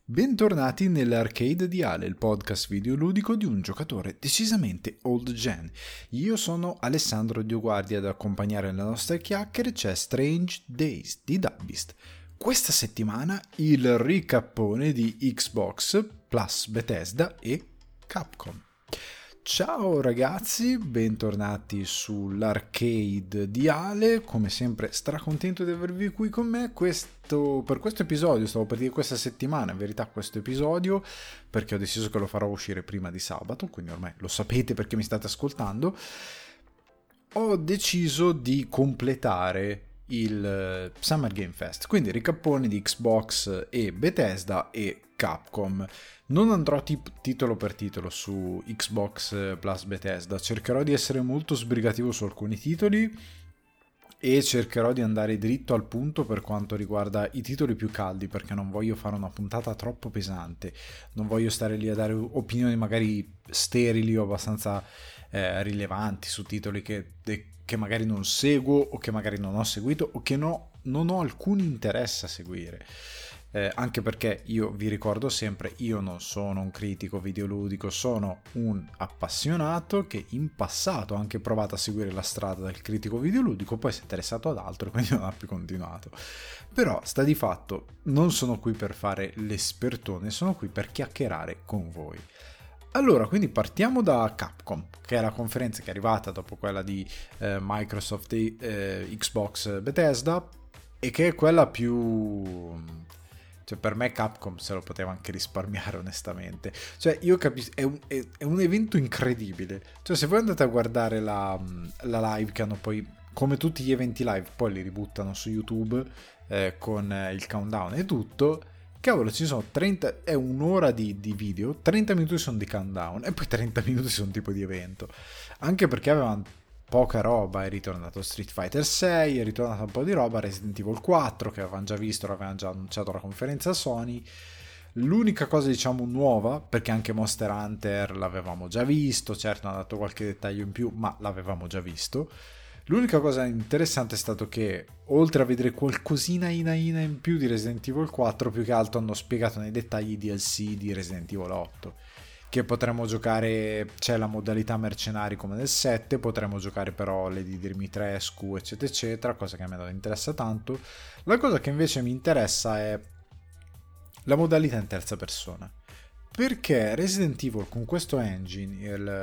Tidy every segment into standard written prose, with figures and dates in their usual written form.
Bentornati nell'Arcade di Ale, il podcast videoludico di un giocatore decisamente old gen. Io sono Alessandro Dioguardi, ad accompagnare le nostre chiacchiere c'è Strange Days di Dabbist. Questa settimana il ricappone di Xbox plus Bethesda e Capcom. Ciao ragazzi, bentornati sull'Arcade di Ale, come sempre stracontento di avervi qui con me per questo episodio, stavo per dire questa settimana, in verità questo episodio, perché ho deciso che lo farò uscire prima di sabato, quindi ormai lo sapete perché mi state ascoltando, ho deciso di completare il Summer Game Fest, quindi ricappone di Xbox e Bethesda e Capcom. Non andrò titolo per titolo su Xbox plus Bethesda, cercherò di essere molto sbrigativo su alcuni titoli e cercherò di andare dritto al punto per quanto riguarda i titoli più caldi, perché non voglio fare una puntata troppo pesante, non voglio stare lì a dare opinioni magari sterili o abbastanza rilevanti su titoli che magari non seguo o che magari non ho seguito o che non ho alcun interesse a seguire. Anche perché io vi ricordo sempre, io non sono un critico videoludico, sono un appassionato che in passato ha anche provato a seguire la strada del critico videoludico, poi si è interessato ad altro, quindi non ha più continuato. Però sta di fatto, non sono qui per fare l'espertone, sono qui per chiacchierare con voi. Allora, quindi partiamo da Capcom, che è la conferenza che è arrivata dopo quella di Microsoft e Xbox Bethesda, e che è quella più... Cioè, per me Capcom se lo poteva anche risparmiare, onestamente. Cioè, io capisco, è un evento incredibile. Cioè, se voi andate a guardare la live che hanno poi, come tutti gli eventi live, poi li ributtano su YouTube con il countdown e tutto, cavolo, ci sono 30, è un'ora di video, 30 minuti sono di countdown e poi 30 minuti sono tipo di evento. Anche perché avevano poca roba, è ritornato Street Fighter 6, è ritornato un po' di roba, Resident Evil 4 che avevano già visto, l'avevano già annunciato alla conferenza Sony. L'unica cosa diciamo nuova, perché anche Monster Hunter l'avevamo già visto, certo hanno dato qualche dettaglio in più, ma l'avevamo già visto. L'unica cosa interessante è stato che, oltre a vedere qualcosina in più di Resident Evil 4, più che altro hanno spiegato nei dettagli i DLC di Resident Evil 8, che potremmo giocare, c'è la modalità mercenari come nel 7, potremmo giocare però Lady Dimitrescu eccetera eccetera, cosa che a me non interessa tanto. La cosa che invece mi interessa è la modalità in terza persona, perché Resident Evil con questo engine,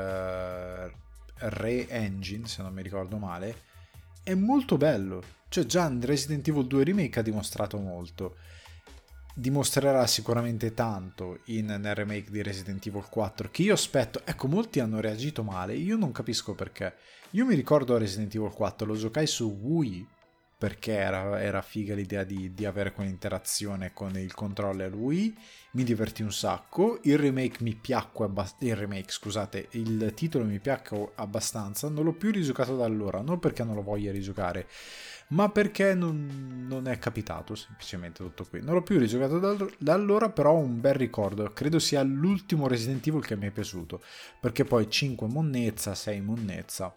il Re-Engine se non mi ricordo male, è molto bello. Cioè già Resident Evil 2 Remake ha dimostrato molto, dimostrerà sicuramente tanto nel remake di Resident Evil 4, che io aspetto. Ecco, molti hanno reagito male, io non capisco perché. Io mi ricordo Resident Evil 4 lo giocai su Wii perché era figa l'idea di avere quell'interazione con il controller Wii, mi divertì un sacco. Il remake mi piacque il titolo mi piacque abbastanza, non l'ho più rigiocato da allora, non perché non lo voglia rigiocare, ma perché non è capitato, semplicemente tutto qui. Non l'ho più rigiocato da allora, però ho un bel ricordo. Credo sia l'ultimo Resident Evil che mi è piaciuto, perché poi 5 monnezza, 6 monnezza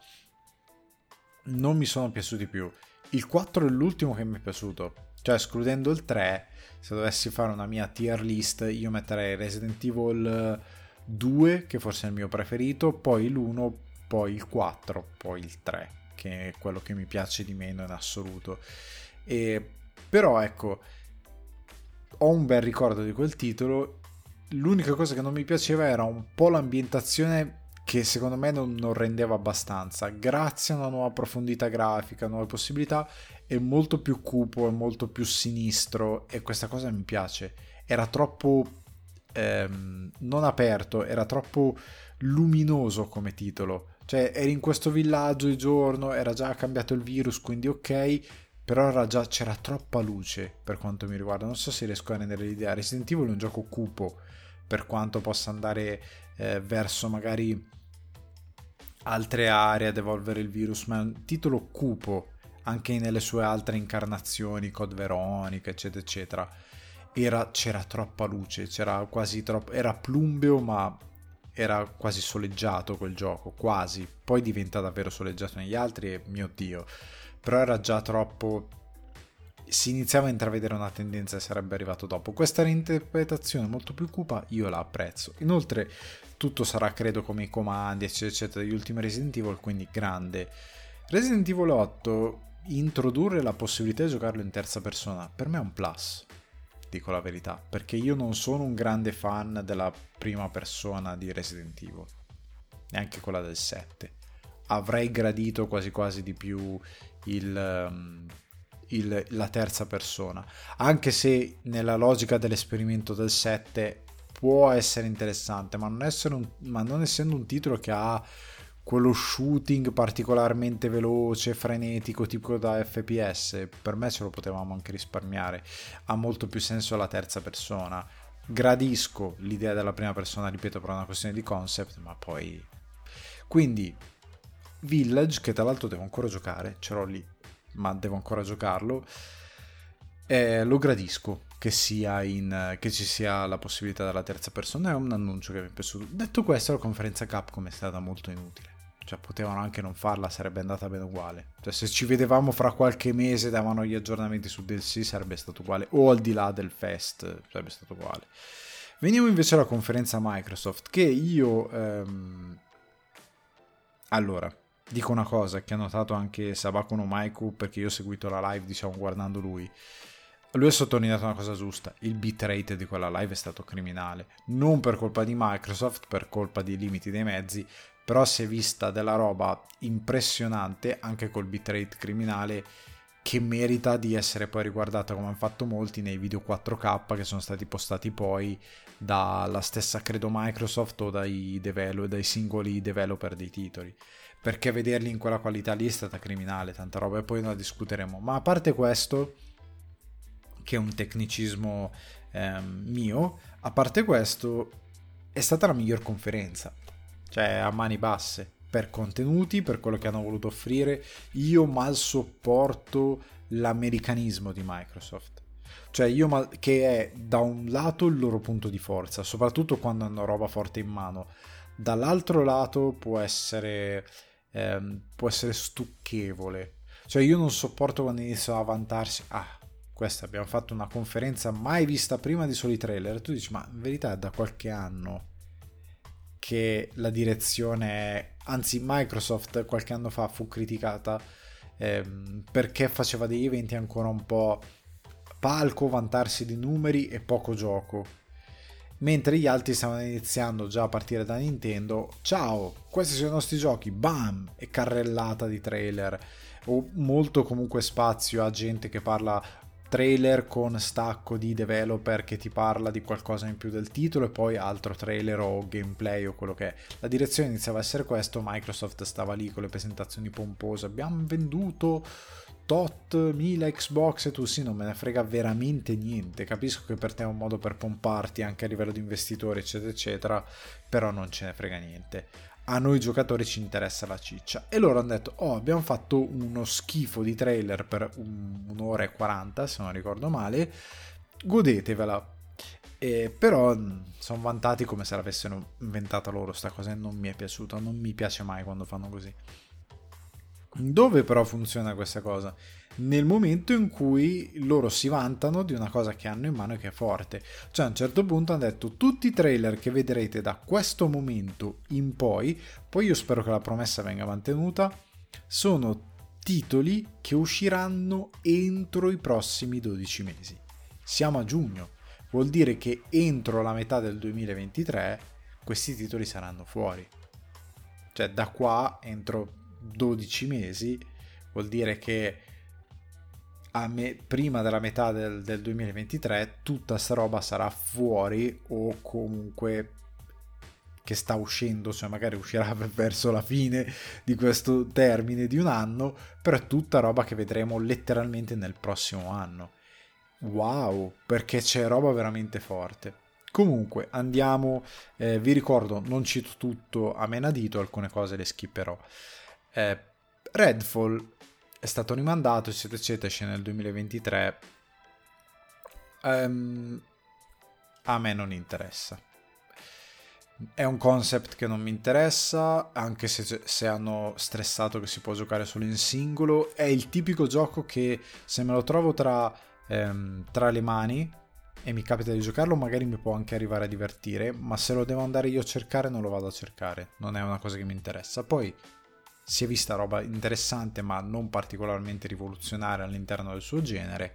non mi sono piaciuti più. Il 4 è l'ultimo che mi è piaciuto, cioè escludendo il 3, se dovessi fare una mia tier list io metterei Resident Evil 2, che forse è il mio preferito, poi l'1, poi il 4, poi il 3, che è quello che mi piace di meno in assoluto. Però ecco, ho un bel ricordo di quel titolo. L'unica cosa che non mi piaceva era un po' l'ambientazione, che secondo me non rendeva abbastanza. Grazie a una nuova profondità grafica, nuove possibilità, è molto più cupo, è molto più sinistro, e questa cosa mi piace. Era troppo non aperto, era troppo luminoso come titolo. Cioè eri in questo villaggio di giorno, era già cambiato il virus, quindi ok, però c'era troppa luce per quanto mi riguarda. Non so se riesco a rendere l'idea. Resident Evil è un gioco cupo, per quanto possa andare verso magari altre aree ad evolvere il virus, ma è un titolo cupo anche nelle sue altre incarnazioni, Code Veronica eccetera eccetera. C'era troppa luce, c'era quasi troppo, era plumbeo, ma era quasi soleggiato quel gioco, quasi. Poi diventa davvero soleggiato negli altri e mio Dio, però era già troppo si iniziava a intravedere una tendenza e sarebbe arrivato dopo. Questa reinterpretazione molto più cupa io la apprezzo. Inoltre tutto sarà credo come i comandi eccetera eccetera degli ultimi Resident Evil, quindi grande. Resident Evil 8, introdurre la possibilità di giocarlo in terza persona per me è un plus, dico la verità, perché io non sono un grande fan della prima persona di Resident Evil, neanche quella del 7. Avrei gradito quasi quasi di più la terza persona, anche se nella logica dell'esperimento del 7 può essere interessante, ma non essendo un titolo che ha quello shooting particolarmente veloce, frenetico, tipo da FPS, per me ce lo potevamo anche risparmiare. Ha molto più senso la terza persona. Gradisco l'idea della prima persona, ripeto, per una questione di concept, ma poi... Quindi, Village, che tra l'altro devo ancora giocare, ce l'ho lì, ma devo ancora giocarlo, lo gradisco che ci sia la possibilità della terza persona, è un annuncio che mi è piaciuto. Detto questo, la conferenza Capcom è stata molto inutile, cioè potevano anche non farla, sarebbe andata bene uguale, cioè se ci vedevamo fra qualche mese, davano gli aggiornamenti su DLC, sarebbe stato uguale, o al di là del fest sarebbe stato uguale. Veniamo invece alla conferenza Microsoft, che io allora dico una cosa che ha notato anche Sabako no Maiku, perché io ho seguito la live, diciamo, guardando lui ha sottolineato una cosa giusta: il bitrate di quella live è stato criminale, non per colpa di Microsoft, per colpa dei limiti dei mezzi, però si è vista della roba impressionante anche col bitrate criminale, che merita di essere poi riguardata, come hanno fatto molti, nei video 4K che sono stati postati poi dalla stessa, credo, Microsoft o dai singoli developer dei titoli, perché vederli in quella qualità lì è stata criminale, tanta roba, e poi noi la discuteremo. Ma a parte questo, che è un tecnicismo mio, a parte questo è stata la miglior conferenza, cioè a mani basse, per contenuti, per quello che hanno voluto offrire. Io mal sopporto l'americanismo di Microsoft, cioè che è da un lato il loro punto di forza, soprattutto quando hanno roba forte in mano, dall'altro lato può essere stucchevole, cioè io non sopporto quando iniziano a vantarsi, questa abbiamo fatto una conferenza mai vista prima di soli trailer, tu dici ma in verità è da qualche anno che la direzione è, anzi Microsoft qualche anno fa fu criticata perché faceva degli eventi ancora un po' palco, vantarsi di numeri e poco gioco, mentre gli altri stavano iniziando già a partire da Nintendo, ciao, questi sono i nostri giochi, bam, e carrellata di trailer, o molto comunque spazio a gente che parla, trailer con stacco di developer che ti parla di qualcosa in più del titolo e poi altro trailer o gameplay o quello che è. La direzione iniziava a essere questo, Microsoft stava lì con le presentazioni pompose, abbiamo venduto tot 1000 Xbox, e tu sì, non me ne frega veramente niente, capisco che per te è un modo per pomparti anche a livello di investitori eccetera eccetera, però non ce ne frega niente, a noi giocatori ci interessa la ciccia. E loro hanno detto abbiamo fatto uno schifo di trailer per un'ora e 40 se non ricordo male, godetevela. Però sono vantati come se l'avessero inventata loro sta cosa, e non mi è piaciuta, non mi piace mai quando fanno così. Dove però funziona questa cosa? Nel momento in cui loro si vantano di una cosa che hanno in mano e che è forte. Cioè a un certo punto hanno detto tutti i trailer che vedrete da questo momento in poi io spero che la promessa venga mantenuta, sono titoli che usciranno entro i prossimi 12 mesi. Siamo a giugno, vuol dire che entro la metà del 2023 questi titoli saranno fuori. Cioè da qua entro 12 mesi vuol dire che prima della metà del 2023 tutta sta roba sarà fuori, o comunque che sta uscendo, cioè magari uscirà verso la fine di questo termine di un anno, però è tutta roba che vedremo letteralmente nel prossimo anno. Wow, perché c'è roba veramente forte. Comunque andiamo, vi ricordo, non cito tutto a menadito, alcune cose le skipperò. Redfall è stato rimandato eccetera eccetera, esce nel 2023. A me non interessa, È un concept che non mi interessa, anche se hanno stressato che si può giocare solo in singolo. È il tipico gioco che se me lo trovo tra le mani e mi capita di giocarlo, magari mi può anche arrivare a divertire, ma se lo devo andare io a cercare non lo vado a cercare, non è una cosa che mi interessa. Poi si è vista roba interessante ma non particolarmente rivoluzionaria all'interno del suo genere.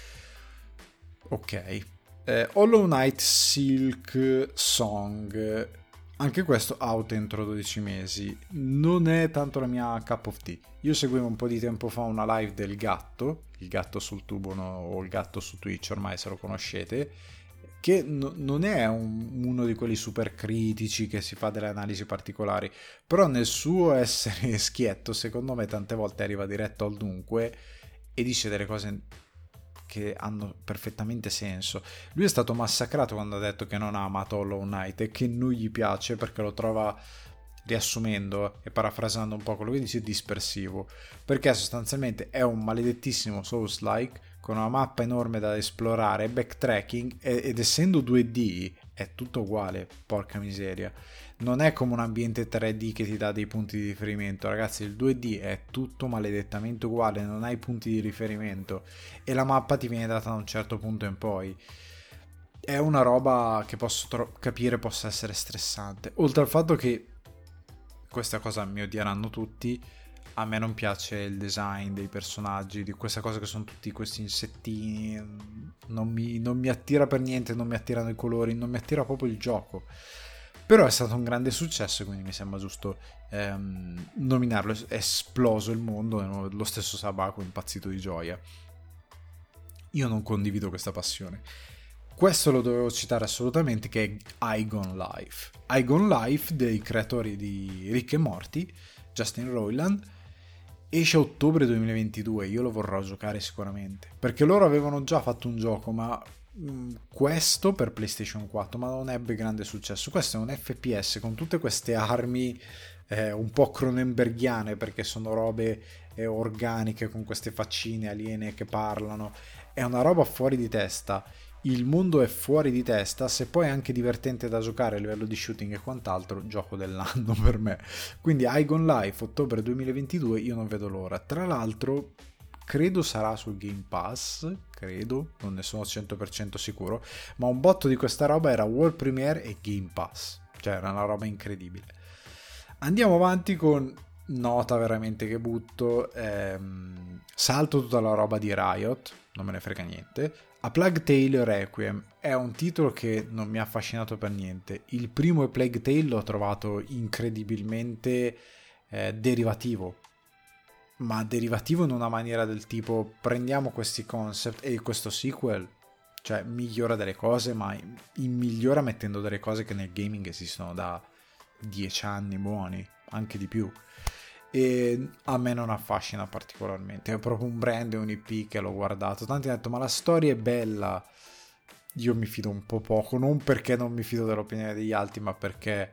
Ok. Hollow Knight Silk Song, anche questo out entro 12 mesi, non è tanto la mia cup of tea. Io seguivo un po' di tempo fa una live del gatto, il gatto sul tubo o il gatto su Twitch, ormai se lo conoscete, che non è uno di quelli super critici che si fa delle analisi particolari, però nel suo essere schietto, secondo me tante volte arriva diretto al dunque e dice delle cose che hanno perfettamente senso. Lui è stato massacrato quando ha detto che non ha amato Hollow Knight e che non gli piace perché lo trova, riassumendo e parafrasando un po' quello che dice, dispersivo, perché sostanzialmente è un maledettissimo Souls-like con una mappa enorme da esplorare, backtracking, ed essendo 2D è tutto uguale, porca miseria. Non è come un ambiente 3D che ti dà dei punti di riferimento, ragazzi. Il 2D è tutto maledettamente uguale, non hai punti di riferimento e la mappa ti viene data da un certo punto in poi. È una roba che posso capire possa essere stressante, oltre al fatto che, questa cosa mi odieranno tutti, a me non piace il design dei personaggi, di questa cosa che sono tutti questi insettini, non mi attira per niente, non mi attirano i colori, non mi attira proprio il gioco. Però è stato un grande successo, quindi mi sembra giusto nominarlo. È esploso il mondo, lo stesso Sabaku è impazzito di gioia. Io non condivido questa passione. Questo lo dovevo citare assolutamente, che è Igon Life. Igon Life dei creatori di Rick e Morty, Justin Roiland, esce a ottobre 2022. Io lo vorrò giocare sicuramente, perché loro avevano già fatto un gioco, ma questo per PlayStation 4, ma non ebbe grande successo. Questo è un FPS con tutte queste armi un po' cronenberghiane, perché sono robe organiche con queste faccine aliene che parlano. È una roba fuori di testa. Il mondo è fuori di testa, se poi è anche divertente da giocare a livello di shooting e quant'altro, gioco dell'anno per me. Quindi Igon Life, ottobre 2022, io non vedo l'ora. Tra l'altro, credo sarà sul Game Pass, credo, non ne sono 100% sicuro, ma un botto di questa roba era World Premiere e Game Pass, cioè era una roba incredibile. Andiamo avanti con nota veramente che butto, salto tutta la roba di Riot, non me ne frega niente. A Plague Tale Requiem è un titolo che non mi ha affascinato per niente. Il primo A Plague Tale l'ho trovato incredibilmente derivativo, ma derivativo in una maniera del tipo: prendiamo questi concept e questo sequel, cioè, migliora delle cose, ma migliora mettendo delle cose che nel gaming esistono da 10 anni buoni, anche di più. E a me non affascina particolarmente, è proprio un brand e un IP che l'ho guardato, tanti hanno detto ma la storia è bella. Io mi fido un po' poco, non perché non mi fido dell'opinione degli altri, ma perché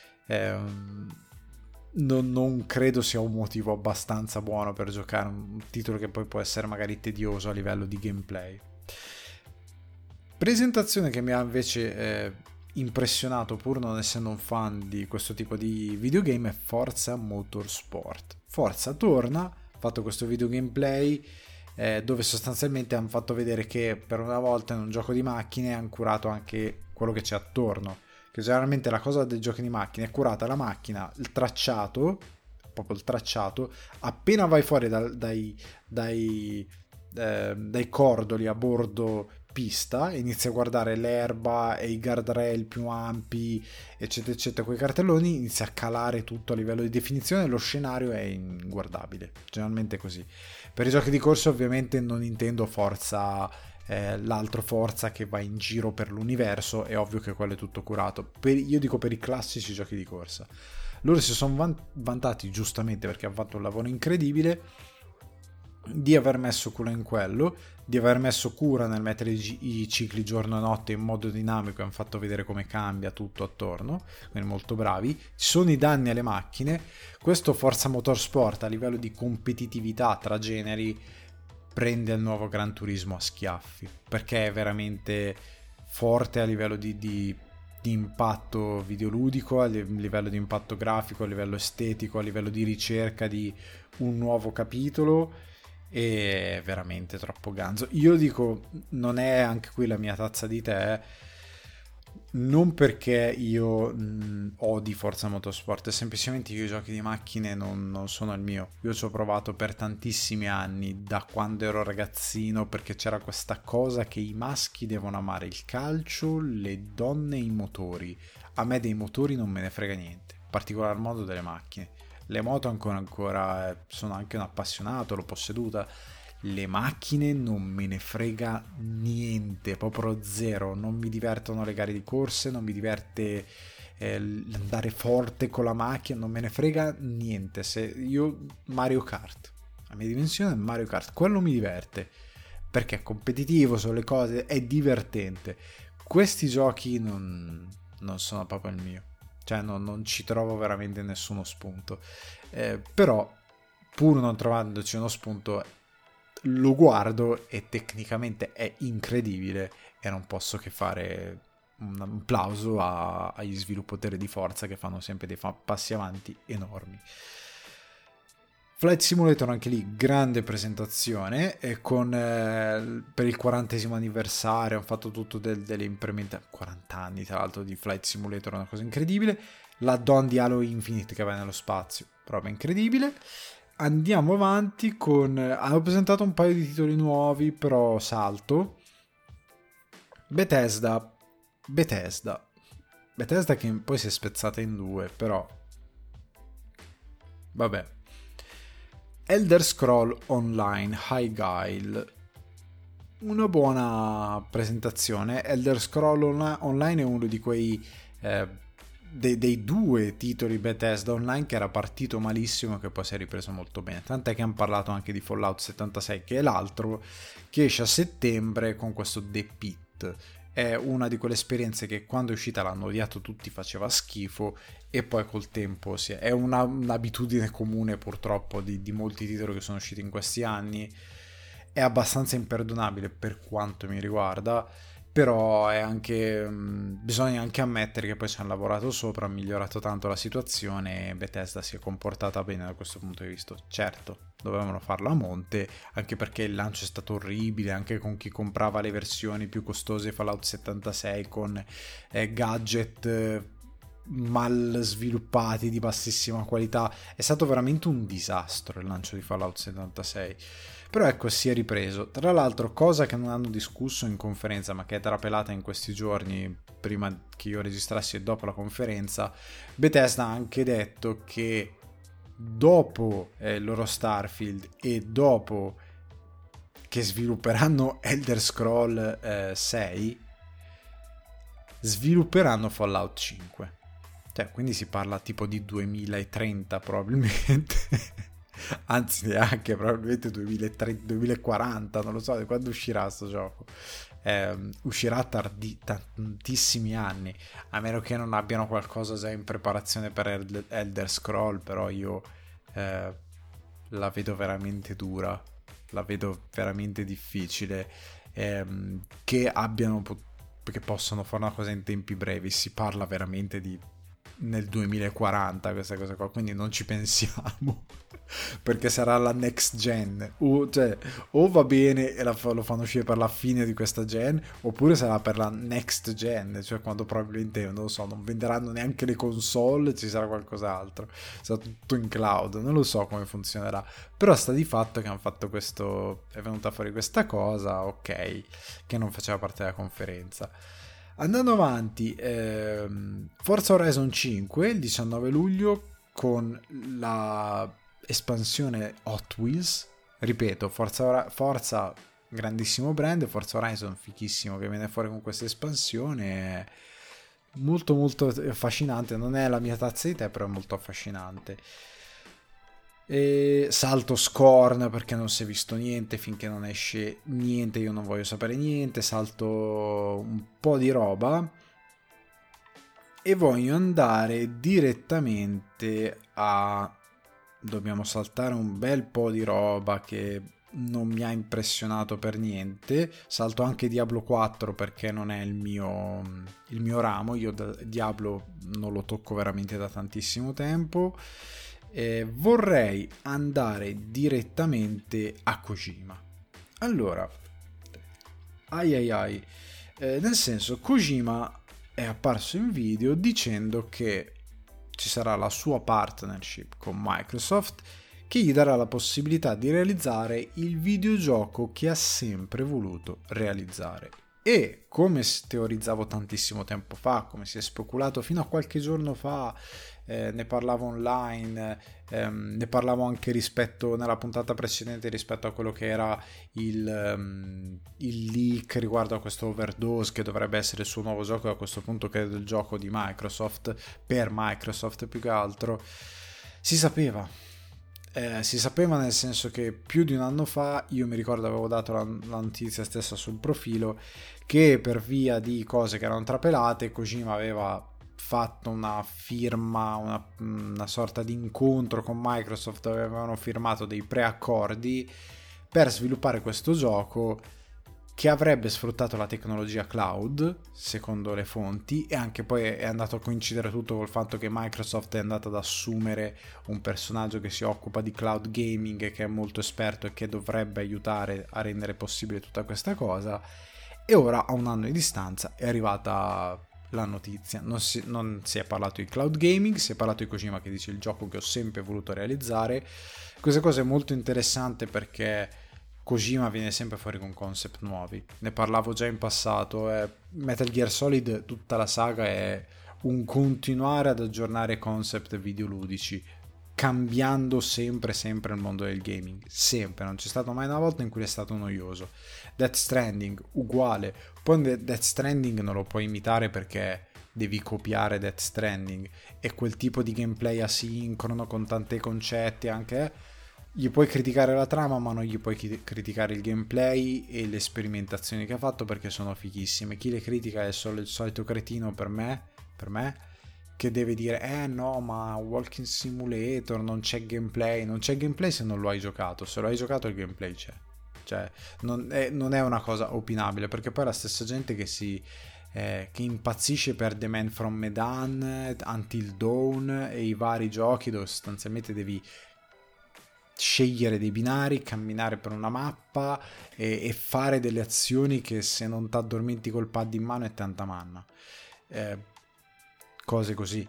non credo sia un motivo abbastanza buono per giocare un titolo che poi può essere magari tedioso a livello di gameplay. Presentazione che mi ha invece impressionato, pur non essendo un fan di questo tipo di videogame, è Forza Motorsport. Forza torna, ha fatto questo video gameplay dove sostanzialmente hanno fatto vedere che per una volta in un gioco di macchine hanno curato anche quello che c'è attorno, che generalmente la cosa dei giochi di macchine è curata la macchina, il tracciato, proprio il tracciato. Appena vai fuori dai cordoli a bordo pista, inizi a guardare l'erba e i guardrail più ampi, eccetera eccetera, quei cartelloni, inizia a calare tutto a livello di definizione, lo scenario è inguardabile, generalmente così. Per i giochi di corsa ovviamente non intendo Forza, l'altro Forza che va in giro per l'universo, è ovvio che quello è tutto curato. Io dico per i classici giochi di corsa. Loro si sono vantati giustamente, perché hanno fatto un lavoro incredibile, di aver messo cura in quello, di aver messo cura nel mettere i cicli giorno e notte in modo dinamico, e hanno fatto vedere come cambia tutto attorno, quindi molto bravi. Ci sono i danni alle macchine. Questo Forza Motorsport a livello di competitività tra generi prende il nuovo Gran Turismo a schiaffi, perché è veramente forte a livello di di impatto videoludico, a livello di impatto grafico, a livello estetico, a livello di ricerca di un nuovo capitolo, e veramente troppo ganzo. Io dico, non è anche qui la mia tazza di tè, non perché io odi Forza Motorsport, è semplicemente che i giochi di macchine non sono il mio. Io ci ho provato per tantissimi anni, da quando ero ragazzino, perché c'era questa cosa che i maschi devono amare il calcio, le donne i motori. A me dei motori non me ne frega niente, in particolar modo delle macchine. Le moto ancora sono anche un appassionato, l'ho posseduta. Le macchine non me ne frega niente, proprio zero. Non mi divertono le gare di corse, non mi diverte andare forte con la macchina, non me ne frega niente. Se io Mario Kart, la mia dimensione è Mario Kart, quello mi diverte perché è competitivo, sono le cose, è divertente. Questi giochi non sono proprio il mio, cioè non ci trovo veramente nessuno spunto, però pur non trovandoci uno spunto lo guardo e tecnicamente è incredibile e non posso che fare un applauso agli sviluppatori di Forza, che fanno sempre dei passi avanti enormi. Flight Simulator, anche lì grande presentazione, e con per il 40° anniversario hanno fatto tutto delle implementazioni, 40 anni tra l'altro di Flight Simulator, una cosa incredibile. L'add-on di Halo Infinite che va nello spazio, roba incredibile. Andiamo avanti con... hanno presentato un paio di titoli nuovi, però salto. Bethesda che poi si è spezzata in due, però vabbè. Elder Scroll Online Hyguile, una buona presentazione. Elder Scroll Online è uno di quei dei due titoli Bethesda Online che era partito malissimo e che poi si è ripreso molto bene, tant'è che hanno parlato anche di Fallout 76, che è l'altro, che esce a settembre con questo The Pit. È una di quelle esperienze che quando è uscita l'hanno odiato tutti, faceva schifo, e poi col tempo è un'abitudine comune purtroppo di molti titoli che sono usciti in questi anni. È abbastanza imperdonabile per quanto mi riguarda, però è anche bisogna anche ammettere che poi ci hanno lavorato sopra, ha migliorato tanto la situazione e Bethesda si è comportata bene da questo punto di vista. Certo, dovevano farlo a monte, anche perché il lancio è stato orribile, anche con chi comprava le versioni più costose Fallout 76 con gadget mal sviluppati di bassissima qualità. È stato veramente un disastro il lancio di Fallout 76. Però ecco, si è ripreso. Tra l'altro, cosa che non hanno discusso in conferenza, ma che è trapelata in questi giorni, prima che io registrassi e dopo la conferenza, Bethesda ha anche detto che dopo il loro Starfield e dopo che svilupperanno Elder Scroll 6, svilupperanno Fallout 5. Cioè, quindi si parla tipo di 2030 probabilmente. Anzi, neanche, probabilmente 2030, 2040, non lo so quando uscirà sto gioco. Uscirà tantissimi anni, a meno che non abbiano qualcosa già in preparazione per Elder Scroll, però io la vedo veramente dura, la vedo veramente difficile che abbiano che possano fare una cosa in tempi brevi. Si parla veramente di nel 2040 questa cosa qua, quindi non ci pensiamo perché sarà la next gen, cioè o va bene e lo fanno uscire per la fine di questa gen, oppure sarà per la next gen, cioè quando probabilmente, non lo so, non venderanno neanche le console, ci sarà qualcos'altro, sarà tutto in cloud, non lo so come funzionerà, però sta di fatto che hanno fatto questo, è venuta fuori questa cosa, ok, che non faceva parte della conferenza. Andando avanti, Forza Horizon 5 il 19 luglio con la espansione Hot Wheels. Ripeto, Forza grandissimo brand, Forza Horizon fichissimo che viene fuori con questa espansione, molto molto affascinante. Non è la mia tazza di tè, però è molto affascinante. E salto Scorn perché non si è visto niente, finché non esce niente io non voglio sapere niente. Salto un po' di roba e voglio andare direttamente a... dobbiamo saltare un bel po' di roba che non mi ha impressionato per niente. Salto anche Diablo 4 perché non è il mio ramo. Io Diablo non lo tocco veramente da tantissimo tempo. Vorrei andare direttamente a Kojima. Allora, nel senso, Kojima è apparso in video dicendo che ci sarà la sua partnership con Microsoft che gli darà la possibilità di realizzare il videogioco che ha sempre voluto realizzare. E come teorizzavo tantissimo tempo fa, come si è speculato fino a qualche giorno fa, ne parlavo online, ne parlavo anche nella puntata precedente rispetto a quello che era il leak riguardo a questo Overdose che dovrebbe essere il suo nuovo gioco, e a questo punto credo il gioco di Microsoft, per Microsoft più che altro. Si sapeva nel senso che più di un anno fa, io mi ricordo avevo dato la notizia stessa sul profilo, che per via di cose che erano trapelate Kojima aveva fatto una firma, una sorta di incontro con Microsoft dove avevano firmato dei preaccordi per sviluppare questo gioco che avrebbe sfruttato la tecnologia cloud, secondo le fonti, e anche poi è andato a coincidere tutto col fatto che Microsoft è andata ad assumere un personaggio che si occupa di cloud gaming, che è molto esperto e che dovrebbe aiutare a rendere possibile tutta questa cosa. E ora, a un anno di distanza, è arrivata la notizia. Non si è parlato di cloud gaming, si è parlato di Kojima che dice il gioco che ho sempre voluto realizzare. Questa cosa è molto interessante perché Kojima viene sempre fuori con concept nuovi. Ne parlavo già in passato. Metal Gear Solid, tutta la saga è un continuare ad aggiornare concept videoludici, cambiando sempre il mondo del gaming. Sempre, non c'è stata mai una volta in cui è stato noioso. Death Stranding, uguale. Poi Death Stranding non lo puoi imitare perché devi copiare Death Stranding. E quel tipo di gameplay asincrono con tanti concetti anche. Gli puoi criticare la trama, ma non gli puoi criticare il gameplay e le sperimentazioni che ha fatto perché sono fighissime. Chi le critica è solo il solito cretino per me, che deve dire no, ma Walking Simulator non c'è gameplay. Non c'è gameplay se non lo hai giocato. Se lo hai giocato il gameplay c'è. Cioè non è una cosa opinabile, perché poi è la stessa gente che impazzisce per The Man from Medan, Until Dawn e i vari giochi dove sostanzialmente devi scegliere dei binari, camminare per una mappa e fare delle azioni che se non ti addormenti col pad in mano è tanta manna. Cose così.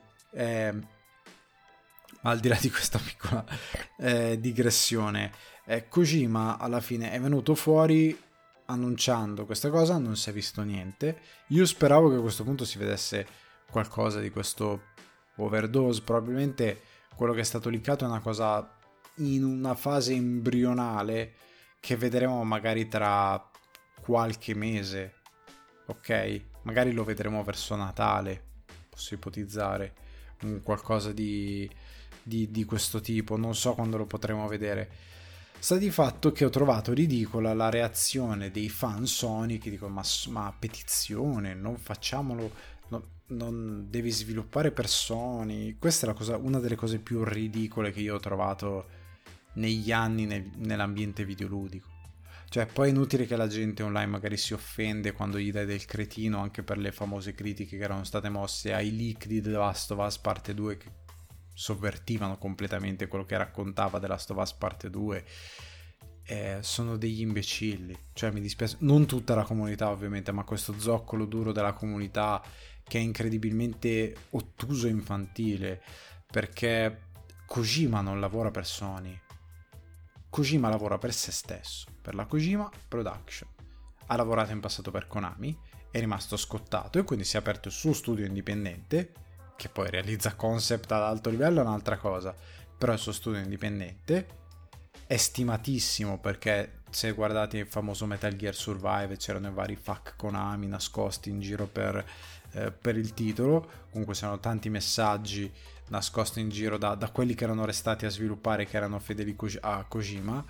Al di là di questa piccola digressione, Kojima alla fine è venuto fuori annunciando questa cosa, non si è visto niente. Io speravo che a questo punto si vedesse qualcosa di questo Overdose. Probabilmente quello che è stato leakato è una cosa in una fase embrionale che vedremo magari tra qualche mese, ok? Magari lo vedremo verso Natale, posso ipotizzare qualcosa di questo tipo, non so quando lo potremo vedere. Sta di fatto che ho trovato ridicola la reazione dei fan Sony che dicono ma petizione, non facciamolo, non devi sviluppare per Sony. Questa è una delle cose più ridicole che io ho trovato negli anni nell'ambiente videoludico. Cioè, poi è inutile che la gente online magari si offende quando gli dai del cretino, anche per le famose critiche che erano state mosse ai leak di The Last of Us parte 2 che sovvertivano completamente quello che raccontava The Last of Us parte 2. Sono degli imbecilli. Cioè, mi dispiace, non tutta la comunità ovviamente, ma questo zoccolo duro della comunità che è incredibilmente ottuso e infantile, perché Kojima non lavora per Sony. Kojima lavora per se stesso, per la Kojima Production. Ha lavorato in passato per Konami, è rimasto scottato e quindi si è aperto il suo studio indipendente, che poi realizza concept ad alto livello, è un'altra cosa, però il suo studio indipendente è stimatissimo perché se guardate il famoso Metal Gear Survive c'erano i vari fuck Konami nascosti in giro per il titolo, comunque c'erano tanti messaggi nascosti in giro da quelli che erano restati a sviluppare, che erano fedeli a Kojima.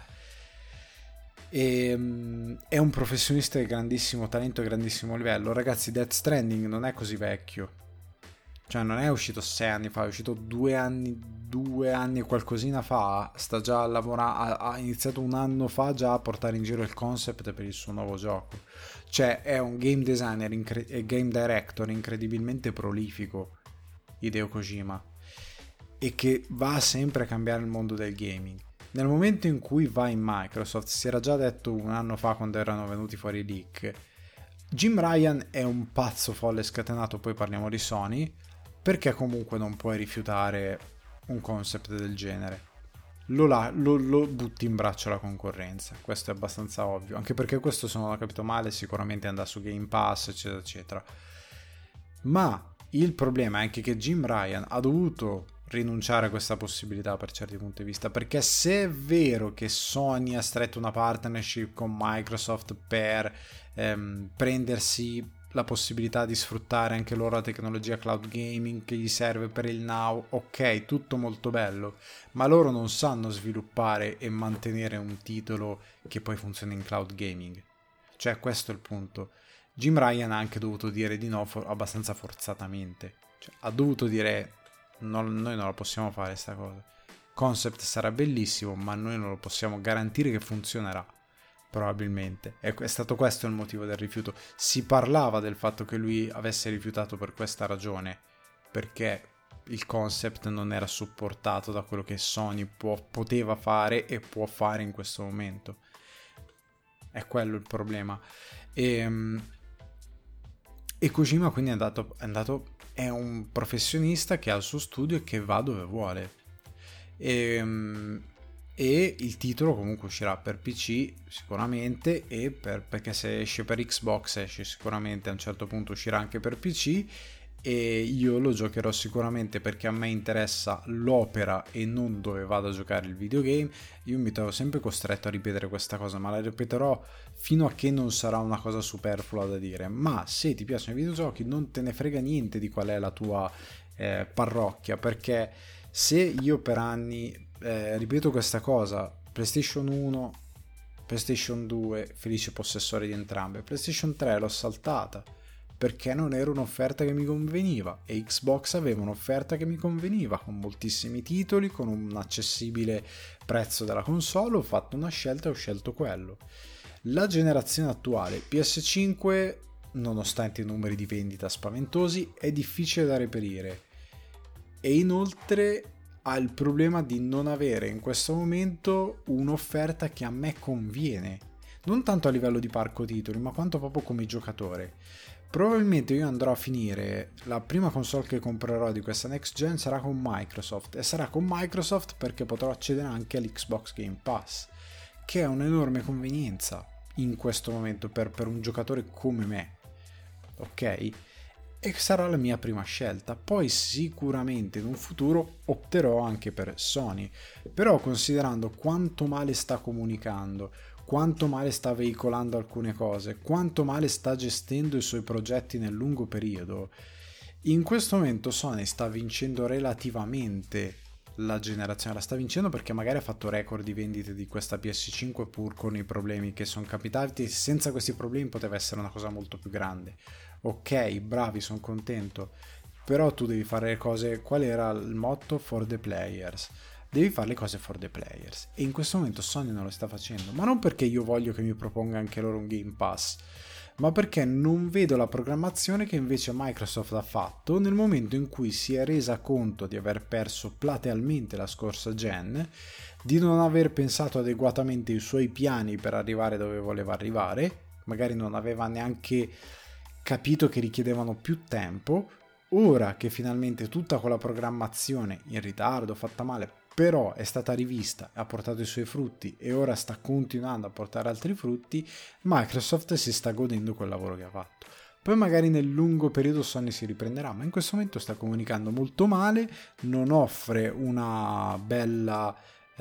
E è un professionista di grandissimo talento e grandissimo livello. Ragazzi, Death Stranding non è così vecchio. Cioè non è uscito 6 anni fa, è uscito 2 anni e qualcosina fa, sta già a lavorare, ha iniziato un anno fa già a portare in giro il concept per il suo nuovo gioco. Cioè è un game designer e game director incredibilmente prolifico, Hideo Kojima, e che va sempre a cambiare il mondo del gaming. Nel momento in cui va in Microsoft, si era già detto un anno fa quando erano venuti fuori i leak, Jim Ryan è un pazzo folle scatenato, poi parliamo di Sony, perché comunque non puoi rifiutare un concept del genere. Lo butti in braccio alla concorrenza, questo è abbastanza ovvio, anche perché questo, se non ho capito male, sicuramente andrà su Game Pass, eccetera eccetera. Ma il problema è anche che Jim Ryan ha dovuto rinunciare a questa possibilità per certi punti di vista, perché se è vero che Sony ha stretto una partnership con Microsoft per prendersi la possibilità di sfruttare anche loro la tecnologia cloud gaming che gli serve per il now, ok, tutto molto bello, ma loro non sanno sviluppare e mantenere un titolo che poi funziona in cloud gaming. Cioè, questo è il punto. Jim Ryan ha anche dovuto dire di no abbastanza forzatamente. Cioè, ha dovuto dire noi non la possiamo fare sta cosa. Concept sarà bellissimo, ma noi non lo possiamo garantire che funzionerà. Probabilmente è stato questo il motivo del rifiuto. Si parlava del fatto che lui avesse rifiutato per questa ragione, perché il concept non era supportato da quello che Sony poteva fare e può fare in questo momento. È quello il problema. E Kojima quindi è un professionista che ha il suo studio e che va dove vuole. E il titolo comunque uscirà per PC sicuramente, e perché se esce per Xbox esce sicuramente, a un certo punto uscirà anche per PC, e io lo giocherò sicuramente perché a me interessa l'opera e non dove vado a giocare il videogame. Io mi trovo sempre costretto a ripetere questa cosa, ma la ripeterò fino a che non sarà una cosa superflua da dire. Ma se ti piacciono i videogiochi non te ne frega niente di qual è la tua parrocchia, perché se io per anni ripeto questa cosa, PlayStation 1, PlayStation 2, felice possessore di entrambe, PlayStation 3 l'ho saltata perché non era un'offerta che mi conveniva, e Xbox aveva un'offerta che mi conveniva con moltissimi titoli, con un accessibile prezzo della console. Ho fatto una scelta e ho scelto quello. La generazione attuale PS5, nonostante i numeri di vendita spaventosi, è difficile da reperire, e inoltre ha il problema di non avere in questo momento un'offerta che a me conviene, non tanto a livello di parco titoli, ma quanto proprio come giocatore. Probabilmente io andrò a finire, la prima console che comprerò di questa next gen sarà con Microsoft, e sarà con Microsoft perché potrò accedere anche all'Xbox Game Pass, che è un'enorme convenienza in questo momento per un giocatore come me, ok? E sarà la mia prima scelta. Poi sicuramente in un futuro opterò anche per Sony, però considerando quanto male sta comunicando, quanto male sta veicolando alcune cose, quanto male sta gestendo i suoi progetti nel lungo periodo, in questo momento Sony sta vincendo relativamente la generazione, la sta vincendo perché magari ha fatto record di vendite di questa PS5 pur con i problemi che sono capitati. Senza questi problemi poteva essere una cosa molto più grande. Ok, bravi, sono contento, però tu devi fare le cose. Qual era il motto? For the players. Devi fare le cose for the players, e in questo momento Sony non lo sta facendo, ma non perché io voglio che mi proponga anche loro un Game Pass, ma perché non vedo la programmazione che invece Microsoft ha fatto nel momento in cui si è resa conto di aver perso platealmente la scorsa gen, di non aver pensato adeguatamente i suoi piani per arrivare dove voleva arrivare, magari non aveva neanche capito che richiedevano più tempo. Ora che finalmente tutta quella programmazione in ritardo, fatta male, però è stata rivista, ha portato i suoi frutti e ora sta continuando a portare altri frutti, Microsoft si sta godendo quel lavoro che ha fatto. Poi magari nel lungo periodo Sony si riprenderà, ma in questo momento sta comunicando molto male, non offre una bella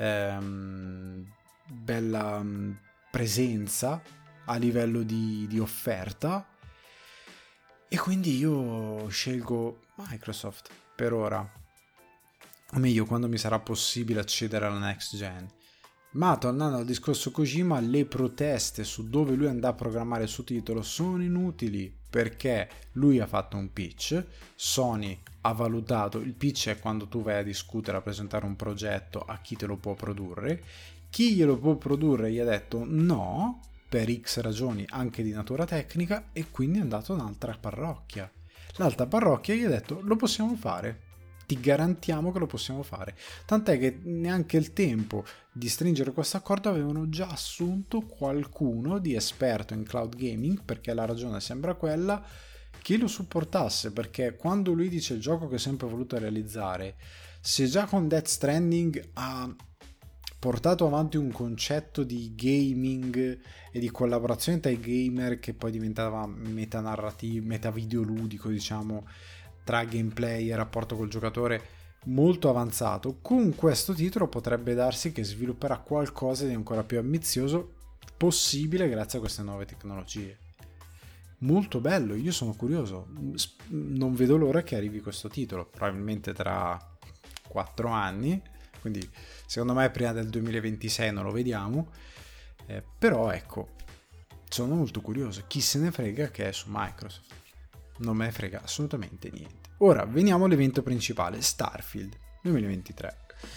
presenza a livello di offerta, e quindi io scelgo Microsoft per ora, o meglio quando mi sarà possibile accedere alla next gen. Ma tornando al discorso Kojima, le proteste su dove lui andrà a programmare il suo titolo sono inutili, perché lui ha fatto un pitch, Sony ha valutato, il pitch è quando tu vai a discutere, a presentare un progetto a chi te lo può produrre, chi glielo può produrre gli ha detto no, per X ragioni anche di natura tecnica, e quindi è andato in un'altra parrocchia. L'altra parrocchia gli ha detto lo possiamo fare, ti garantiamo che lo possiamo fare, tant'è che neanche il tempo di stringere questo accordo avevano già assunto qualcuno di esperto in cloud gaming, perché la ragione sembra quella, che lo supportasse, perché quando lui dice il gioco che ha sempre voluto realizzare, se già con Death Stranding ha portato avanti un concetto di gaming e di collaborazione tra i gamer che poi diventava metanarrativo, metavideoludico, diciamo, tra gameplay e rapporto col giocatore molto avanzato, con questo titolo potrebbe darsi che svilupperà qualcosa di ancora più ambizioso possibile grazie a queste nuove tecnologie. Molto bello, io sono curioso, non vedo l'ora che arrivi questo titolo, probabilmente tra 4 anni, quindi secondo me prima del 2026 non lo vediamo, però ecco, sono molto curioso, chi se ne frega che è su Microsoft, non me ne frega assolutamente niente. Ora veniamo all'evento principale, Starfield 2023.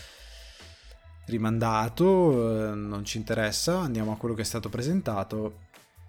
Rimandato, non ci interessa, andiamo a quello che è stato presentato.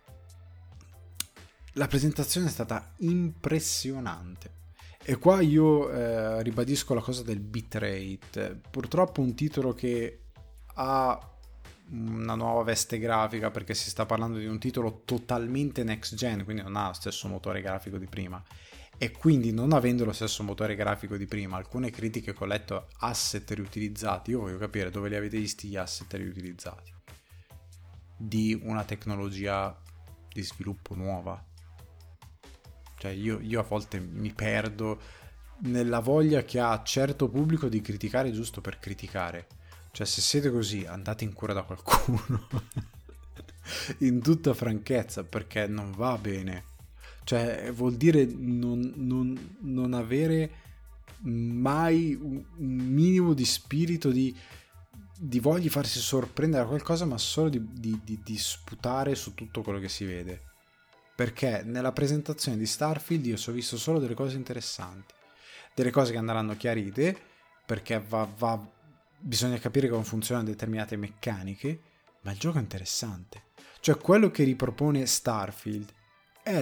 La presentazione è stata impressionante. E qua io ribadisco la cosa del bitrate. Purtroppo un titolo che ha una nuova veste grafica, perché si sta parlando di un titolo totalmente next gen, quindi non ha lo stesso motore grafico di prima, e quindi non avendo lo stesso motore grafico di prima, alcune critiche che ho letto, asset riutilizzati, io voglio capire dove li avete visti gli asset riutilizzati di una tecnologia di sviluppo nuova. Cioè io a volte mi perdo nella voglia che ha certo pubblico di criticare giusto per criticare. Cioè se siete così andate in cura da qualcuno in tutta franchezza, perché non va bene. Cioè vuol dire non avere mai un minimo di spirito di voglia farsi sorprendere da qualcosa, ma solo di sputare su tutto quello che si vede. Perché nella presentazione di Starfield io ho visto solo delle cose interessanti, delle cose che andranno chiarite, perché bisogna capire come funzionano determinate meccaniche, ma il gioco è interessante. Cioè quello che ripropone Starfield è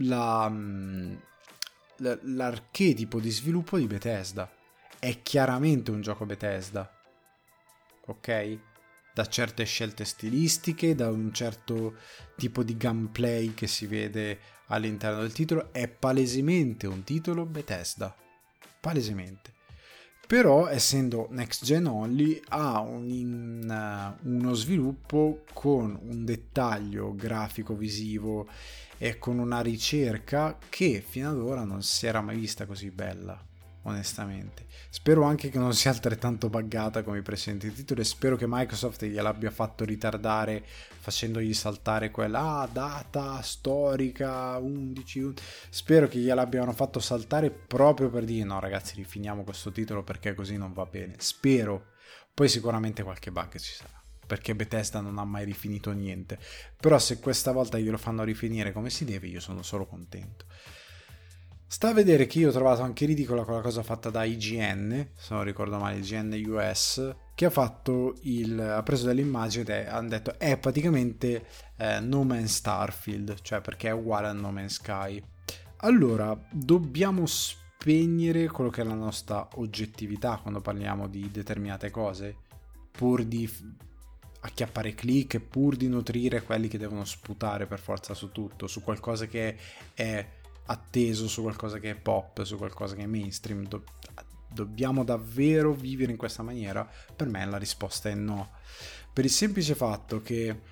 l'archetipo di sviluppo di Bethesda. È chiaramente un gioco Bethesda, ok? Da certe scelte stilistiche, da un certo tipo di gameplay che si vede all'interno del titolo, è palesemente un titolo Bethesda, palesemente. Però essendo next gen only ha uno sviluppo con un dettaglio grafico visivo e con una ricerca che fino ad ora non si era mai vista così bella, onestamente. Spero anche che non sia altrettanto buggata come i precedenti titoli, e spero che Microsoft gliel'abbia fatto ritardare facendogli saltare quella data storica 11. Spero che gliel'abbiano fatto saltare proprio per dire no ragazzi, rifiniamo questo titolo perché così non va bene. Spero. Poi sicuramente qualche bug ci sarà, perché Bethesda non ha mai rifinito niente, però se questa volta glielo fanno rifinire come si deve io sono solo contento. Sta a vedere che io ho trovato anche ridicola quella cosa fatta da IGN, se non ricordo male, IGN US, che ha preso delle immagini e hanno detto è praticamente No Man's Starfield, cioè perché è uguale a No Man's Sky. Allora, dobbiamo spegnere quello che è la nostra oggettività quando parliamo di determinate cose, pur di acchiappare click, pur di nutrire quelli che devono sputare per forza su tutto, su qualcosa che è atteso, su qualcosa che è pop, su qualcosa che è mainstream. Dobbiamo davvero vivere in questa maniera? Per me la risposta è no, per il semplice fatto che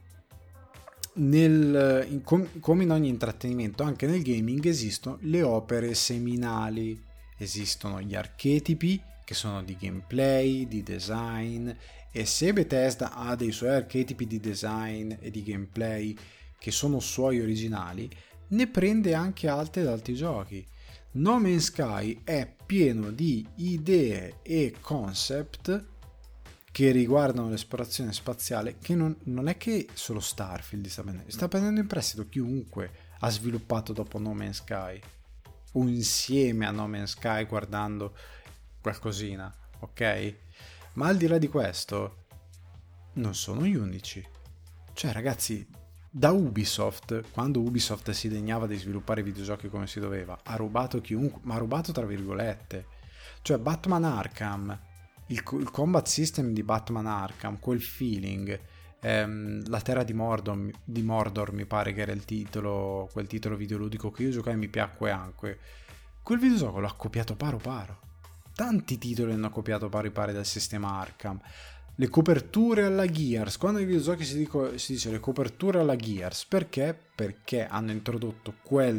come in ogni intrattenimento, anche nel gaming esistono le opere seminali, esistono gli archetipi che sono di gameplay, di design, e se Bethesda ha dei suoi archetipi di design e di gameplay che sono suoi originali, ne prende anche altri da altri giochi. No Man's Sky è pieno di idee e concept che riguardano l'esplorazione spaziale, che non è che solo Starfield sta prendendo in prestito chiunque ha sviluppato dopo No Man's Sky, o insieme a No Man's Sky, guardando qualcosina, ok? Ma al di là di questo, non sono gli unici. Cioè, ragazzi, da Ubisoft, quando Ubisoft si degnava di sviluppare videogiochi come si doveva, ha rubato chiunque, ma ha rubato tra virgolette. Cioè, Batman Arkham, il combat system di Batman Arkham, quel feeling, la terra di Mordor mi pare che era il titolo, quel titolo videoludico che io giocai e mi piacque anche. Quel videogioco l'ha copiato paro paro. Tanti titoli hanno copiato pari pari dal sistema Arkham. Le coperture alla Gears, quando nei videogiochi si dice le coperture alla Gears, perché? Perché hanno introdotto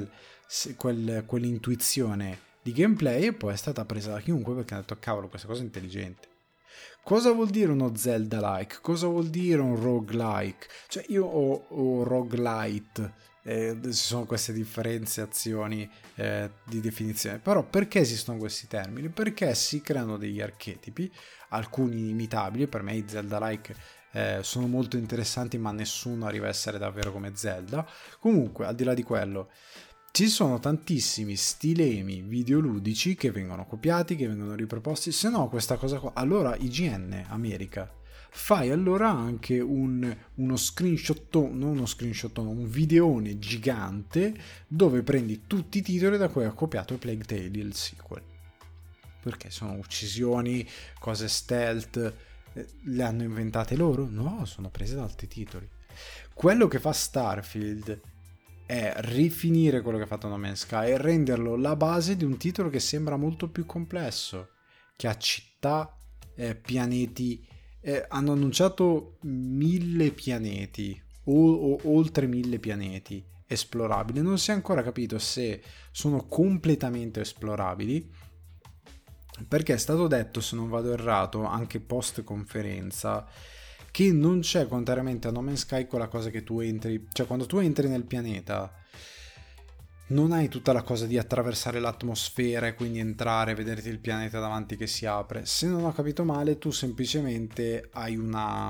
quell'intuizione di gameplay e poi è stata presa da chiunque perché hanno detto cavolo, questa cosa è intelligente. Cosa vuol dire uno Zelda-like? Cosa vuol dire un roguelike? Cioè io ho roguelite, ci sono queste differenziazioni di definizione, però perché esistono questi termini? Perché si creano degli archetipi, alcuni inimitabili. Per me i Zelda-like sono molto interessanti, ma nessuno arriva a essere davvero come Zelda. Comunque, al di là di quello, ci sono tantissimi stilemi videoludici che vengono copiati, che vengono riproposti. Se no, questa cosa qua, allora IGN America, fai allora anche uno screenshot, non uno screenshot, un videone gigante dove prendi tutti i titoli da cui ha copiato Plague Tale, il sequel. Perché sono uccisioni, cose stealth, le hanno inventate loro? No, sono prese da altri titoli. Quello che fa Starfield è rifinire quello che ha fatto No Man's Sky e renderlo la base di un titolo che sembra molto più complesso, che ha città, pianeti. Hanno annunciato 1000 pianeti o oltre 1000 pianeti esplorabili. Non si è ancora capito se sono completamente esplorabili, perché è stato detto, se non vado errato, anche post conferenza, che non c'è, contrariamente a No Man's Sky, quella cosa che tu entri, cioè quando tu entri nel pianeta non hai tutta la cosa di attraversare l'atmosfera e quindi entrare, vederti il pianeta davanti che si apre. Se non ho capito male, tu semplicemente hai una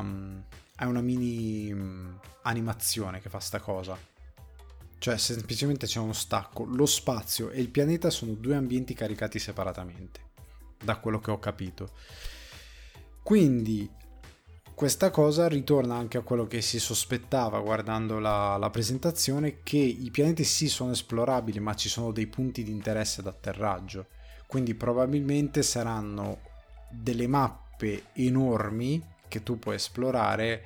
mini animazione che fa sta cosa. Cioè semplicemente c'è uno stacco. Lo spazio e il pianeta sono due ambienti caricati separatamente, da quello che ho capito. Quindi questa cosa ritorna anche a quello che si sospettava guardando la presentazione, che i pianeti sì sono esplorabili, ma ci sono dei punti di interesse d'atterraggio. Quindi probabilmente saranno delle mappe enormi che tu puoi esplorare,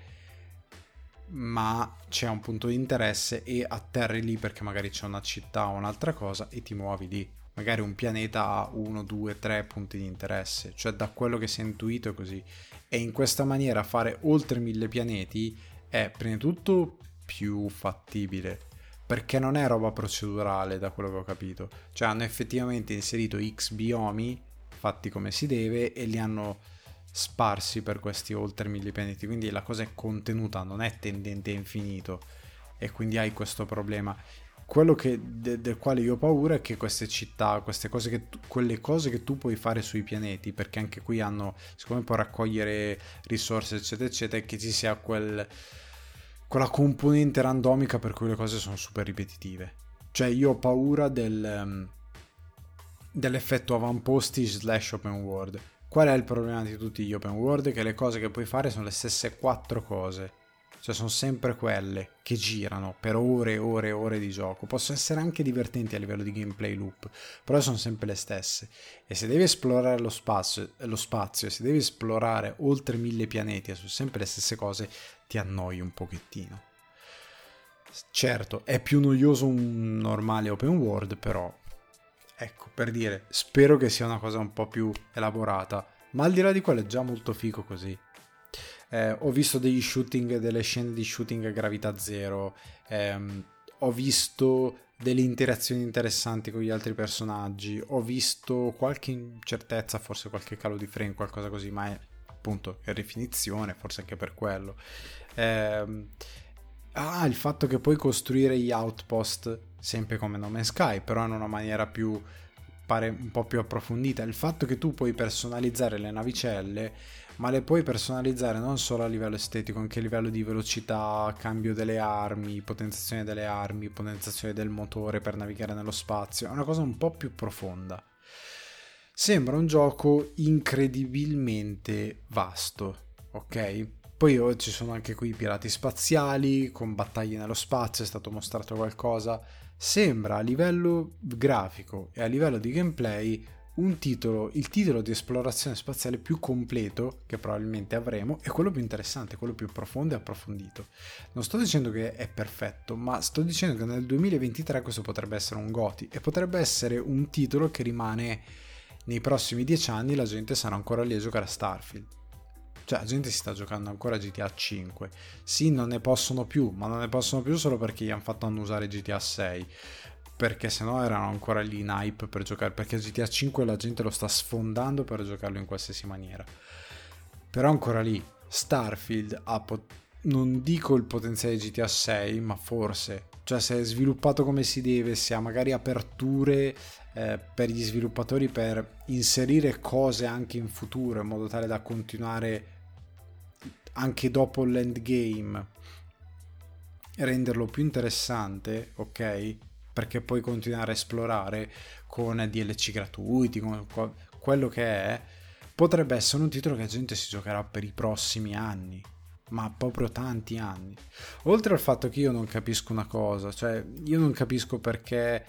ma c'è un punto di interesse e atterri lì perché magari c'è una città o un'altra cosa e ti muovi lì. Magari un pianeta ha 1, 2, 3 punti di interesse, cioè da quello che si è intuito è così. E in questa maniera fare oltre 1000 pianeti è prima di tutto più fattibile, perché non è roba procedurale da quello che ho capito. Cioè hanno effettivamente inserito X biomi fatti come si deve e li hanno sparsi per questi oltre 1000 pianeti, quindi la cosa è contenuta, non è tendente a infinito, e quindi hai questo problema. Quello del quale io ho paura è che queste città, queste cose quelle cose che tu puoi fare sui pianeti, perché anche qui hanno, siccome puoi raccogliere risorse eccetera eccetera, che ci sia quella componente randomica per cui le cose sono super ripetitive. Cioè io ho paura dell'effetto avamposti / open world. Qual è il problema di tutti gli open world? Che le cose che puoi fare sono le stesse 4 cose. Cioè sono sempre quelle che girano per ore e ore e ore di gioco. Possono essere anche divertenti a livello di gameplay loop, però sono sempre le stesse. E se devi esplorare lo spazio e se devi esplorare oltre 1000 pianeti e sono sempre le stesse cose, ti annoi un pochettino. Certo, è più noioso un normale open world, però ecco, per dire, spero che sia una cosa un po' più elaborata, ma al di là di quello è già molto figo così. Ho visto delle scene di shooting a gravità zero, ho visto delle interazioni interessanti con gli altri personaggi, ho visto qualche incertezza, forse qualche calo di frame, qualcosa così, ma è appunto è rifinizione, forse anche per quello. Il fatto che puoi costruire gli outpost sempre come No Man's Sky, però in una maniera più pare un po' più approfondita. Il fatto che tu puoi personalizzare le navicelle, ma le puoi personalizzare non solo a livello estetico, anche a livello di velocità, cambio delle armi, potenziazione delle armi, potenziazione del motore per navigare nello spazio. È una cosa un po' più profonda. Sembra un gioco incredibilmente vasto, ok? Poi ci sono anche qui pirati spaziali, con battaglie nello spazio, è stato mostrato qualcosa. Sembra a livello grafico e a livello di gameplay il titolo di esplorazione spaziale più completo che probabilmente avremo e quello più interessante, quello più profondo e approfondito. Non sto dicendo che è perfetto, ma sto dicendo che nel 2023 questo potrebbe essere un GOTY e potrebbe essere un titolo che rimane nei prossimi 10 anni, la gente sarà ancora lì a giocare a Starfield. Cioè, la gente si sta giocando ancora GTA 5. Sì, non ne possono più, ma non ne possono più solo perché gli hanno fatto annusare GTA 6. Perché sennò erano ancora lì in hype per giocare. Perché GTA 5 la gente lo sta sfondando per giocarlo in qualsiasi maniera. Però ancora lì. Starfield ha non dico il potenziale di GTA 6, ma forse. Cioè, se è sviluppato come si deve, se ha magari aperture per gli sviluppatori per inserire cose anche in futuro in modo tale da continuare anche dopo l'endgame, renderlo più interessante, ok? Perché puoi continuare a esplorare con DLC gratuiti, con quello che è, potrebbe essere un titolo che la gente si giocherà per i prossimi anni, ma proprio tanti anni. Oltre al fatto che io non capisco una cosa, cioè io non capisco perché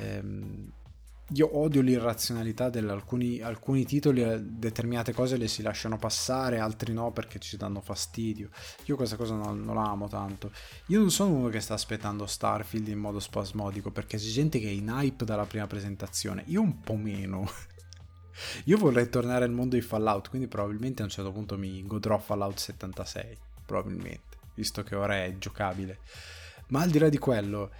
io odio l'irrazionalità di alcuni titoli, determinate cose le si lasciano passare, altri no perché ci danno fastidio. Io questa cosa non la amo tanto. Io non sono uno che sta aspettando Starfield in modo spasmodico, perché c'è gente che è in hype dalla prima presentazione, io un po' meno. Io vorrei tornare al mondo di Fallout, quindi probabilmente a un certo punto mi godrò Fallout 76, probabilmente, visto che ora è giocabile. Ma al di là di quello,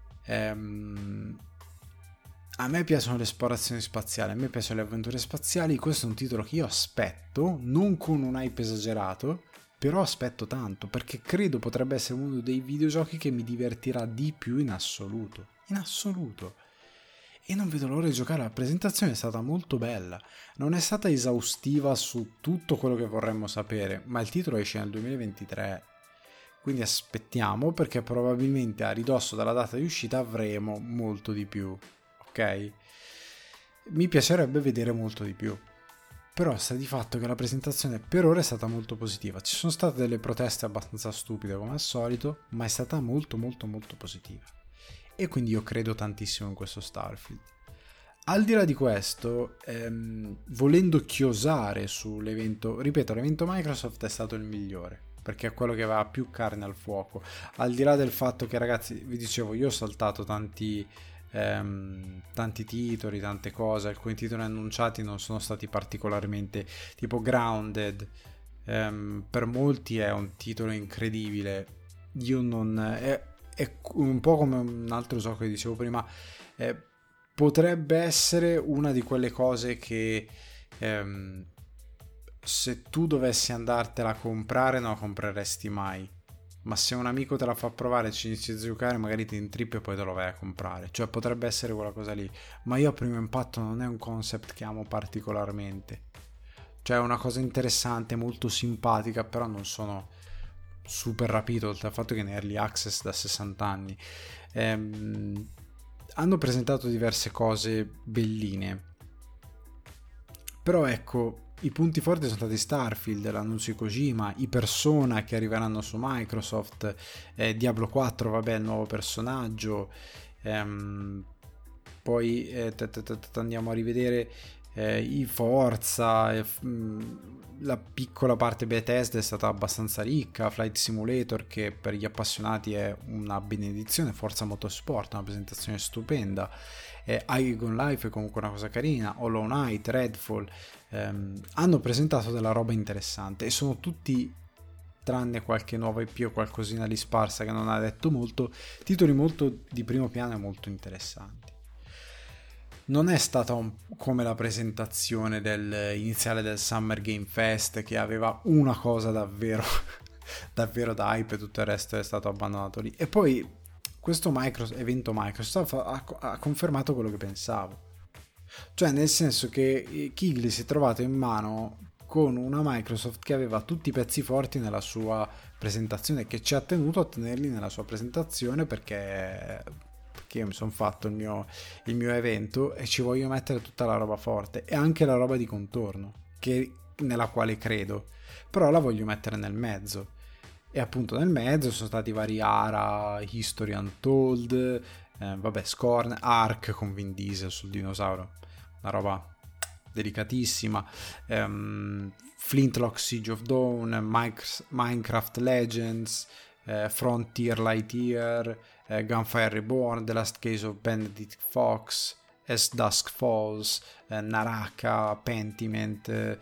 a me piacciono le esplorazioni spaziali, a me piacciono le avventure spaziali. Questo è un titolo che io aspetto, non con un hype esagerato, però aspetto tanto, perché credo potrebbe essere uno dei videogiochi che mi divertirà di più in assoluto. In assoluto. E non vedo l'ora di giocare. La presentazione è stata molto bella, non è stata esaustiva su tutto quello che vorremmo sapere, ma il titolo esce nel 2023. Quindi aspettiamo, perché probabilmente a ridosso della data di uscita avremo molto di più. Ok? Mi piacerebbe vedere molto di più, però sta di fatto che la presentazione per ora è stata molto positiva. Ci sono state delle proteste abbastanza stupide come al solito, ma è stata molto molto molto positiva e quindi io credo tantissimo in questo Starfield. Al di là di questo, volendo chiosare sull'evento, ripeto, l'evento Microsoft è stato il migliore perché è quello che aveva più carne al fuoco. Al di là del fatto che, ragazzi, vi dicevo, io ho saltato tanti titoli, tante cose. Alcuni titoli annunciati non sono stati particolarmente, tipo Grounded, per molti è un titolo incredibile. Io non è un po' come un altro gioco che dicevo prima, potrebbe essere una di quelle cose che se tu dovessi andartela a comprare non la compreresti mai, ma se un amico te la fa provare e ci inizi a giocare magari ti intrippi e poi te lo vai a comprare. Cioè potrebbe essere quella cosa lì, ma io a primo impatto non è un concept che amo particolarmente. Cioè è una cosa interessante, molto simpatica, però non sono super rapito, oltre al fatto che è in early access da 60 anni. Hanno presentato diverse cose belline, però ecco, i punti forti sono stati Starfield, l'annuncio di Kojima, i Persona che arriveranno su Microsoft, Diablo 4, vabbè, il nuovo personaggio, poi andiamo a rivedere i Forza, la piccola parte Bethesda è stata abbastanza ricca, Flight Simulator che per gli appassionati è una benedizione, Forza Motorsport, una presentazione stupenda, Igon Life è comunque una cosa carina, Hollow Knight, Redfall, hanno presentato della roba interessante e sono tutti, tranne qualche nuova IP o qualcosina lì sparsa che non ha detto molto, titoli molto di primo piano e molto interessanti. Non è stata come la presentazione iniziale del Summer Game Fest, che aveva una cosa davvero davvero da hype e tutto il resto è stato abbandonato lì. E poi questo evento Microsoft ha confermato quello che pensavo. Cioè, nel senso che Keighley si è trovato in mano con una Microsoft che aveva tutti i pezzi forti nella sua presentazione, che ci ha tenuto a tenerli nella sua presentazione perché io mi sono fatto il mio evento e ci voglio mettere tutta la roba forte e anche la roba di contorno nella quale credo, però la voglio mettere nel mezzo. E appunto nel mezzo sono stati vari Ara, History Untold, Scorn, Ark con Vin Diesel sul dinosauro, una roba delicatissima, Flintlock Siege of Dawn, Minecraft Legends, Frontier Lightyear, Gunfire Reborn, The Last Case of Benedict Fox, As Dusk Falls, Naraka, Pentiment,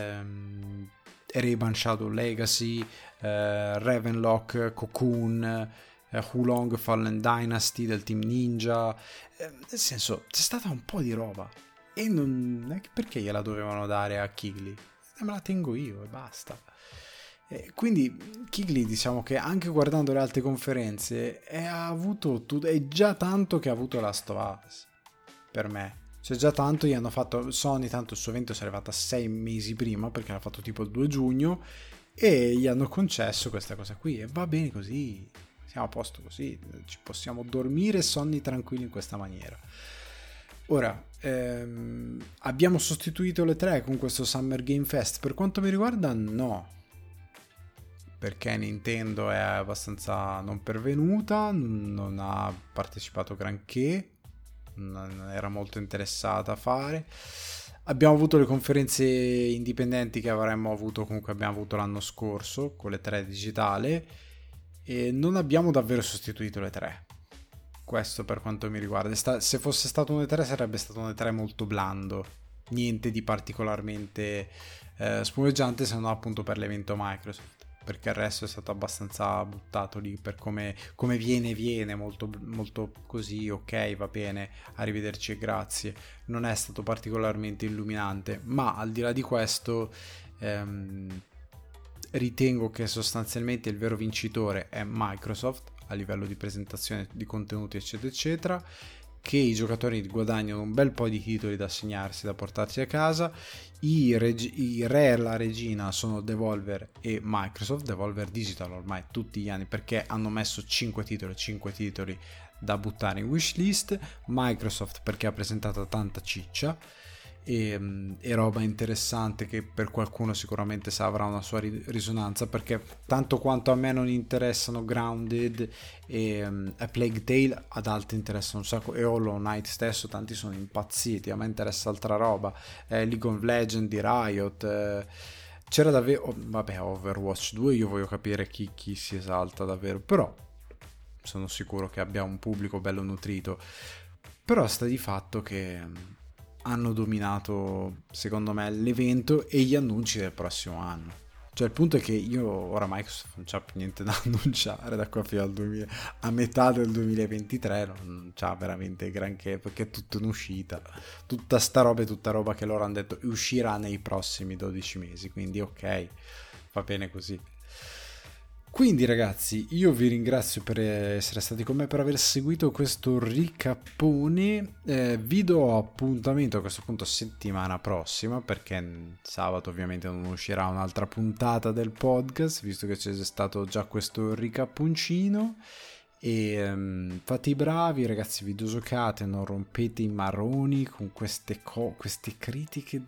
Ray-Ban Shadow Legacy, Ravenlock, Cocoon, Hulong Fallen Dynasty del Team Ninja, nel senso c'è stata un po' di roba e non perché gliela dovevano dare a Keighley, me la tengo io e basta. Quindi Keighley, diciamo che anche guardando le altre conferenze è già tanto che ha avuto Last of Us per me. Cioè già tanto gli hanno fatto Sony, tanto il suo evento si è arrivato 6 mesi prima perché l'ha fatto tipo il 2 giugno e gli hanno concesso questa cosa qui e va bene così, siamo a posto così, ci possiamo dormire sonni tranquilli in questa maniera. Ora abbiamo sostituito le 3 con questo Summer Game Fest? Per quanto mi riguarda no, perché Nintendo è abbastanza non pervenuta, non ha partecipato granché, non era molto interessata a fare. Abbiamo avuto le conferenze indipendenti che abbiamo avuto l'anno scorso con le 3 digitale e non abbiamo davvero sostituito le 3. Questo per quanto mi riguarda. Se fosse stato un E3 sarebbe stato un E3 molto blando, niente di particolarmente spumeggiante, se non appunto per l'evento Microsoft, perché il resto è stato abbastanza buttato lì per come viene molto, molto così, ok, va bene, arrivederci e grazie. Non è stato particolarmente illuminante, ma al di là di questo ritengo che sostanzialmente il vero vincitore è Microsoft a livello di presentazione di contenuti eccetera eccetera, che i giocatori guadagnano un bel po' di titoli da segnarsi, da portarsi a casa. I re e la regina sono Devolver e Microsoft, Devolver Digital ormai tutti gli anni, perché hanno messo 5 titoli da buttare in wishlist, Microsoft perché ha presentato tanta ciccia e roba interessante che per qualcuno sicuramente avrà una sua risonanza, perché tanto quanto a me non interessano Grounded e A Plague Tale, ad altri interessano un sacco, e Hollow Knight stesso tanti sono impazziti, a me interessa altra roba, League of Legends di Riot, c'era davvero Overwatch 2, io voglio capire chi si esalta davvero, però sono sicuro che abbia un pubblico bello nutrito. Però sta di fatto che hanno dominato secondo me l'evento e gli annunci del prossimo anno. Cioè il punto è che io ora Microsoft non c'ha più niente da annunciare da qua fino a metà del 2023, non c'ha veramente granché, perché è tutto in uscita, tutta sta roba è tutta roba che loro hanno detto uscirà nei prossimi 12 mesi, quindi ok, va bene così. Quindi ragazzi, io vi ringrazio per essere stati con me, per aver seguito questo ricappone, vi do appuntamento a questo punto settimana prossima, perché sabato ovviamente non uscirà un'altra puntata del podcast, visto che c'è stato già questo ricapponcino, e fate i bravi ragazzi, videogiocate, non rompete i marroni con queste critiche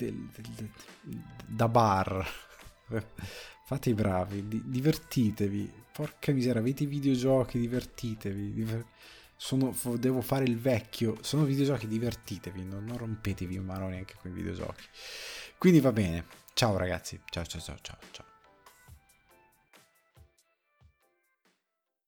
da bar. Fate i bravi, divertitevi, porca miseria, avete i videogiochi, divertitevi, devo fare il vecchio, sono videogiochi, divertitevi, non rompetevi i maroni anche con i videogiochi. Quindi va bene, ciao ragazzi, ciao.